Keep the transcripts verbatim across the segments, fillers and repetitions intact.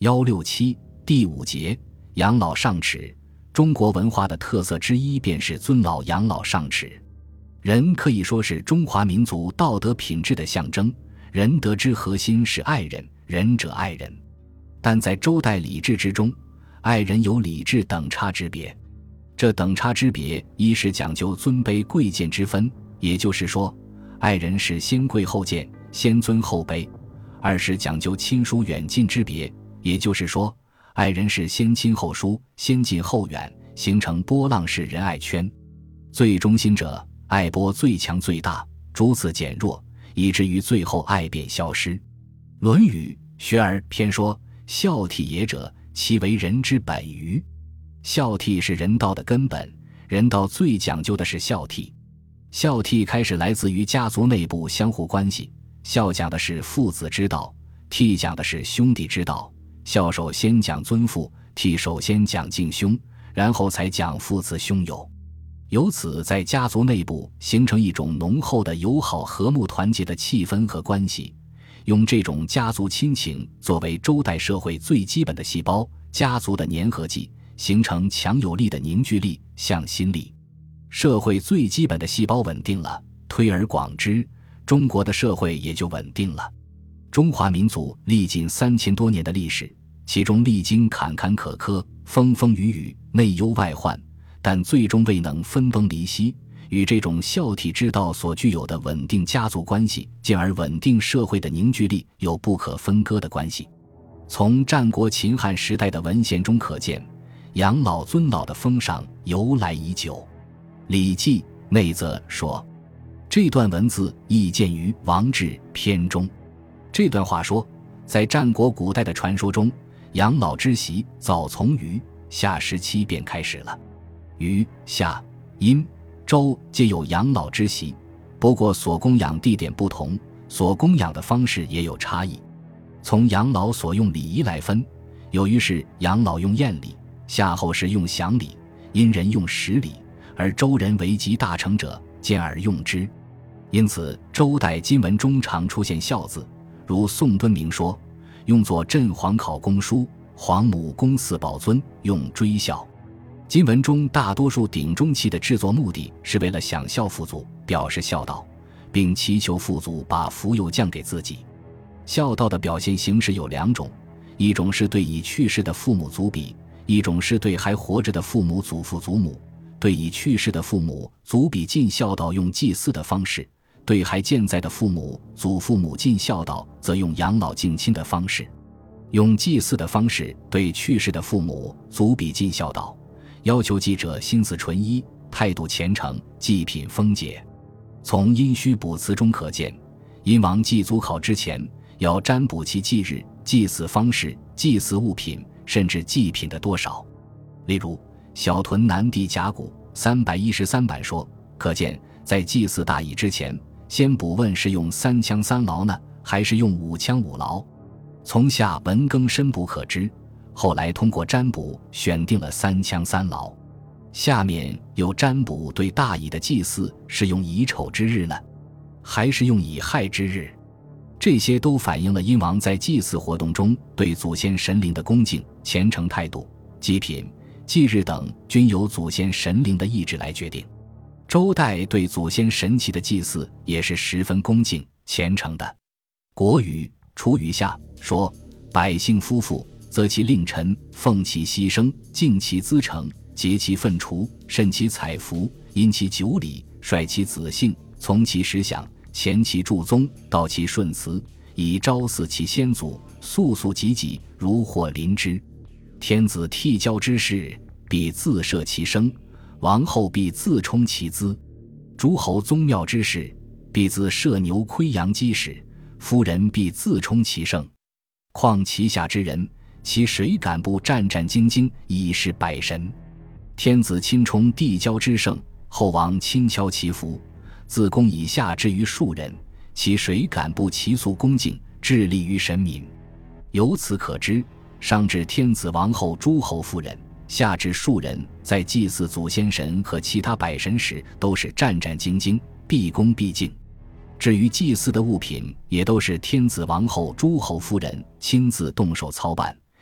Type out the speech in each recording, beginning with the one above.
一六七第五节养老上耻。中国文化的特色之一便是尊老养老上耻。人可以说是中华民族道德品质的象征，仁德之核心是爱人，仁者爱人。但在周代礼制之中，爱人有礼制等差之别。这等差之别，一是讲究尊卑贵贱之分，也就是说爱人是先贵后贱，先尊后卑；二是讲究亲疏远近之别，也就是说爱人是先亲后疏，先近后远，形成波浪式仁爱圈。最忠心者，爱波最强最大，逐次减弱，以至于最后爱便消失。论语学而篇说，孝悌也者，其为人之本于。孝悌是人道的根本，人道最讲究的是孝悌。孝悌开始来自于家族内部相互关系，孝讲的是父子之道，悌讲的是兄弟之道。孝首先讲尊父，悌首先讲敬兄，然后才讲父子兄友。由此在家族内部形成一种浓厚的友好和睦团结的气氛和关系，用这种家族亲情作为周代社会最基本的细胞，家族的粘合剂，形成强有力的凝聚力、向心力。社会最基本的细胞稳定了，推而广之，中国的社会也就稳定了。中华民族历尽三千多年的历史，其中历经坎坎坷坷、风风雨雨、内忧外患，但最终未能分崩离析，与这种孝悌之道所具有的稳定家族关系，进而稳定社会的凝聚力有不可分割的关系。从战国秦汉时代的文献中可见，养老尊老的风尚由来已久。《礼记·内则》说，这段文字亦见于《王志篇》中。这段话说，在战国古代的传说中，养老之习早从虞夏时期便开始了。虞、夏、殷、周皆有养老之习，不过所供养地点不同，所供养的方式也有差异。从养老所用礼仪来分，有虞氏养老用宴礼，夏后氏用享礼，殷人用食礼，而周人为极大成者，见而用之。因此周代金文中常出现孝字，如宋敦明说，用作镇皇考公书，皇母公祀保尊，用追孝。金文中大多数鼎中器的制作目的是为了享孝父祖，表示孝道，并祈求父祖把福佑降给自己。孝道的表现形式有两种，一种是对已去世的父母祖比，一种是对还活着的父母祖父祖母。对已去世的父母祖比尽孝道用祭祀的方式，对还健在的父母祖父母尽孝道则用养老敬亲的方式。用祭祀的方式对去世的父母祖比尽孝道，要求祭者心思纯一，态度虔诚，祭品丰洁。从殷墟卜辞中可见，殷王祭祖考之前要占卜其忌日、祭祀方式、祭祀物品，甚至祭品的多少。例如小屯南地甲骨三百一十三版说，可见在祭祀大乙之前，先卜问是用三枪三劳呢，还是用五枪五劳。从下文庚申卜可知，后来通过占卜选定了三枪三劳。下面有占卜对大乙的祭祀是用乙丑之日呢，还是用乙亥之日。这些都反映了殷王在祭祀活动中对祖先神灵的恭敬虔诚态度。祭品、忌日等均由祖先神灵的意志来决定。周代对祖先神祇的祭祀也是十分恭敬虔诚的。国语楚语下说，百姓夫妇，则其令臣，奉其牺牲，敬其资成，节其粪除，慎其采服，因其酒礼，率其子姓，从其时享，前其祝宗，到其顺辞，以昭祀其先祖，速速己己，如火临之。天子替交之事，必自摄其生，王后必自充其资。诸侯宗庙之事，必自摄牛亏羊鸡使，夫人必自充其盛。况其下之人，其谁敢不战战兢兢以示百神？天子亲充地交之盛，后王亲敲其服，自宫以下之于庶人，其谁敢不齐肃恭敬，致力于神民？由此可知，上至天子王后诸侯夫人，下至庶人，在祭祀祖先神和其他百神时都是战战兢兢，毕恭毕敬。至于祭祀的物品，也都是天子王后诸侯夫人亲自动手操办，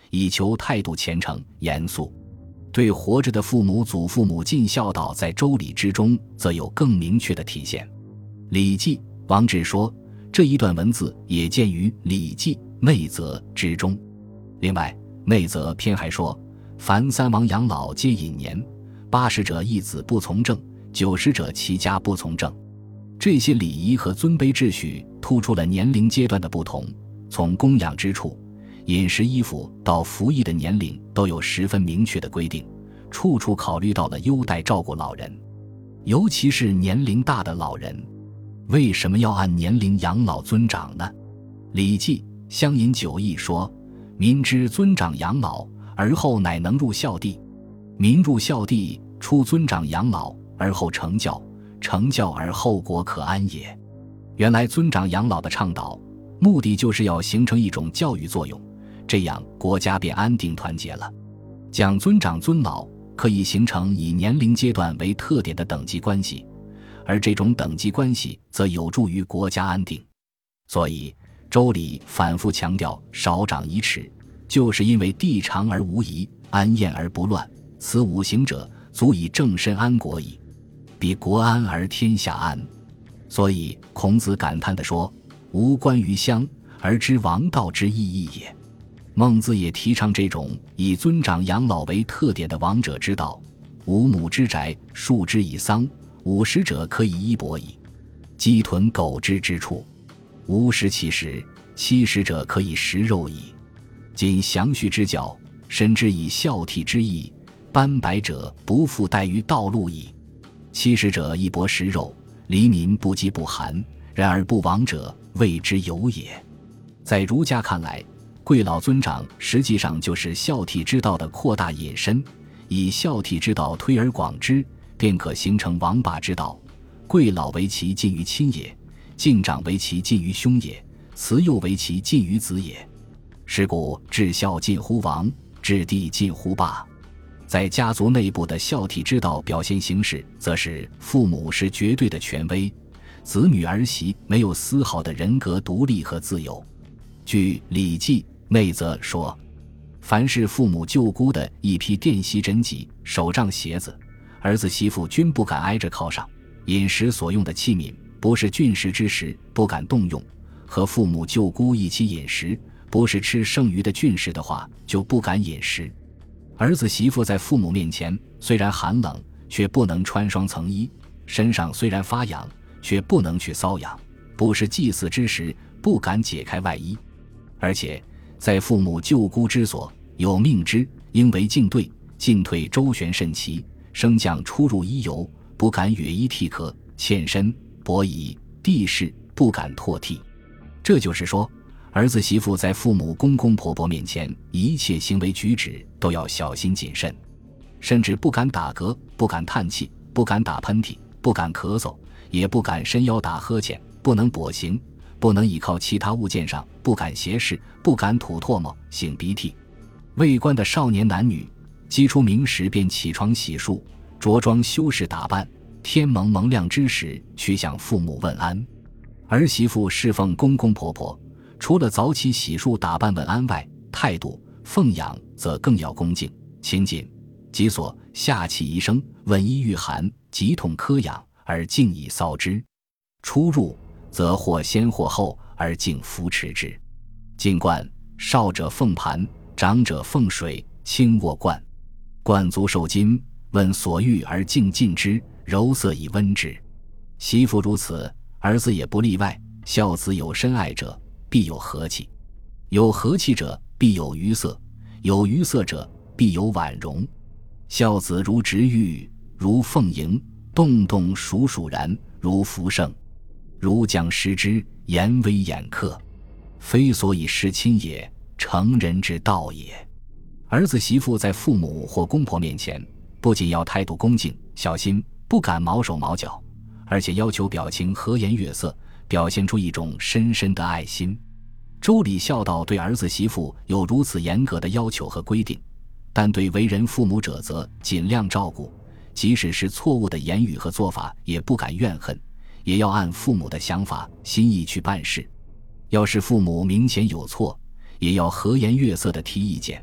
以求态度虔诚严肃。对活着的父母祖父母尽孝道，在周礼之中则有更明确的体现。礼记王志说，这一段文字也见于礼记内则之中。另外内则篇还说，凡三王养老皆隐年，八十者一子不从政，九十者其家不从政。这些礼仪和尊卑秩序突出了年龄阶段的不同，从供养之处、饮食衣服到服役的年龄都有十分明确的规定，处处考虑到了优待照顾老人，尤其是年龄大的老人。为什么要按年龄养老尊长呢？礼记乡饮九义说，民之尊长养老，而后乃能入孝地。民入孝地，初尊长养老，而后成教，成教而后国可安也。原来尊长养老的倡导，目的就是要形成一种教育作用，这样国家便安定团结了。讲尊长尊老，可以形成以年龄阶段为特点的等级关系，而这种等级关系则有助于国家安定。所以周礼反复强调少长一尺，就是因为地长而无夷，安晏而不乱，此五行者足以正身安国矣。比国安而天下安。所以孔子感叹地说，无关于乡而知王道之意义也。孟子也提倡这种以尊长养老为特点的王者之道，五亩之宅，数之以桑，五十者可以衣帛矣。鸡豚狗彘之处，无食其食，七十者可以食肉矣。今详叙之教，深知以孝悌之意，斑白者不复待于道路矣。七十者衣帛食肉，黎民不饥不寒，然而不亡者，谓之有也。在儒家看来，贵老尊长实际上就是孝悌之道的扩大引申，以孝悌之道推而广之，便可形成王霸之道。贵老为其近于亲也，敬长为其近于兄也，慈幼为其近于子也。是故至孝近乎王，至弟近乎霸。在家族内部的孝悌之道表现形式，则是父母是绝对的权威，子女儿媳没有丝毫的人格独立和自由。据《礼记》内则说，凡是父母舅姑的一批奠席枕藉、手杖鞋子，儿子媳妇均不敢挨着靠上。饮食所用的器皿，不是进食之时不敢动用，和父母舅姑一起饮食，不是吃剩余的菌食的话就不敢饮食。儿子媳妇在父母面前虽然寒冷，却不能穿双层衣，身上虽然发痒，却不能去瘙痒，不是祭祀之时不敢解开外衣。而且在父母舅姑之所，有命之，应为进对，进退周旋甚齐，升降出入衣游，不敢哕衣涕咳，欠身薄仪地势，不敢唾涕。这就是说，儿子媳妇在父母公公婆婆面前，一切行为举止都要小心谨慎，甚至不敢打嗝，不敢叹气，不敢打喷嚏，不敢咳嗽，也不敢伸腰打呵欠，不能跛行，不能倚靠其他物件上，不敢斜视，不敢吐唾沫、擤鼻涕。未官的少年男女，鸡出鸣时便起床洗漱，着装修饰打扮，天蒙蒙亮之时去向父母问安。儿媳妇侍奉公公婆婆，除了早起洗漱打扮问安外，态度奉养则更要恭敬亲近，即所下气一声，问医御寒，急痛科养而敬以搔之。出入则或先或后而敬扶持之。进冠，少者奉盘，长者奉水，轻握冠。冠足受巾，问所欲而敬尽之，柔色以温之。媳妇如此，儿子也不例外。孝子有深爱者，必有和气；有和气者，必有愉色；有愉色者，必有婉容。孝子如执玉，如凤迎，动动属属然，如福盛。如将失之，言威眼克，非所以事亲也，成人之道也。儿子媳妇在父母或公婆面前，不仅要态度恭敬小心，不敢毛手毛脚，而且要求表情和颜悦色，表现出一种深深的爱心。周礼孝道对儿子媳妇有如此严格的要求和规定，但对为人父母者则尽量照顾，即使是错误的言语和做法也不敢怨恨，也要按父母的想法心意去办事。要是父母明显有错，也要和颜悦色地提意见，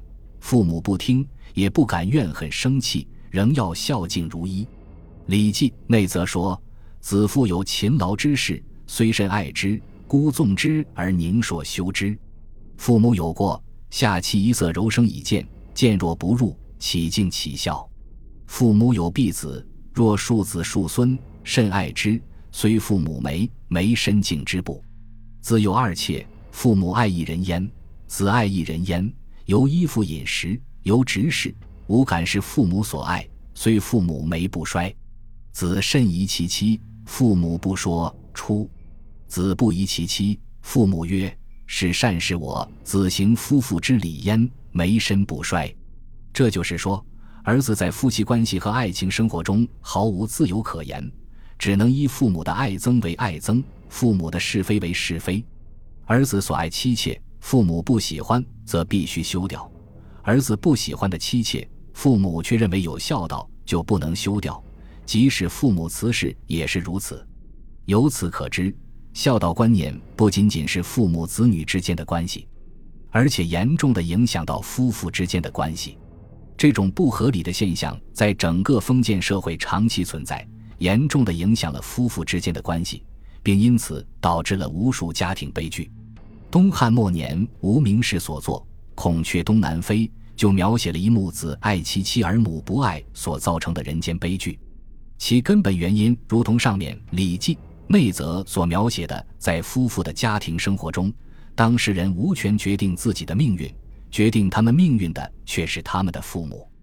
父母不听，也不敢怨恨生气，仍要孝敬如一。礼记内则说，子父有勤劳之事，虽甚爱之，孤纵之而宁所修之。父母有过，下其一色柔声以谏，谏若不入，岂敬其孝。父母有婢子，若庶子庶孙，甚爱之，虽父母没，没身敬之不。子有二妾，父母爱一人焉，子爱一人焉，由衣服饮食，由执事，无敢是父母所爱，虽父母没不衰。子甚宜其妻，父母不说出。子不宜其妻，父母曰：是善事我，子行夫妇之礼焉，没身不衰。这就是说，儿子在夫妻关系和爱情生活中毫无自由可言，只能依父母的爱憎为爱憎，父母的是非为是非。儿子所爱妻妾，父母不喜欢，则必须休掉；儿子不喜欢的妻妾，父母却认为有孝道，就不能休掉。即使父母辞世也是如此。由此可知，孝道观念不仅仅是父母子女之间的关系，而且严重地影响到夫妇之间的关系。这种不合理的现象在整个封建社会长期存在，严重地影响了夫妇之间的关系，并因此导致了无数家庭悲剧。东汉末年无名氏所作《孔雀东南飞》就描写了一幕子爱其妻而母不爱所造成的人间悲剧。其根本原因如同上面《礼记》内则所描写的，在夫妇的家庭生活中，当事人无权决定自己的命运，决定他们命运的却是他们的父母。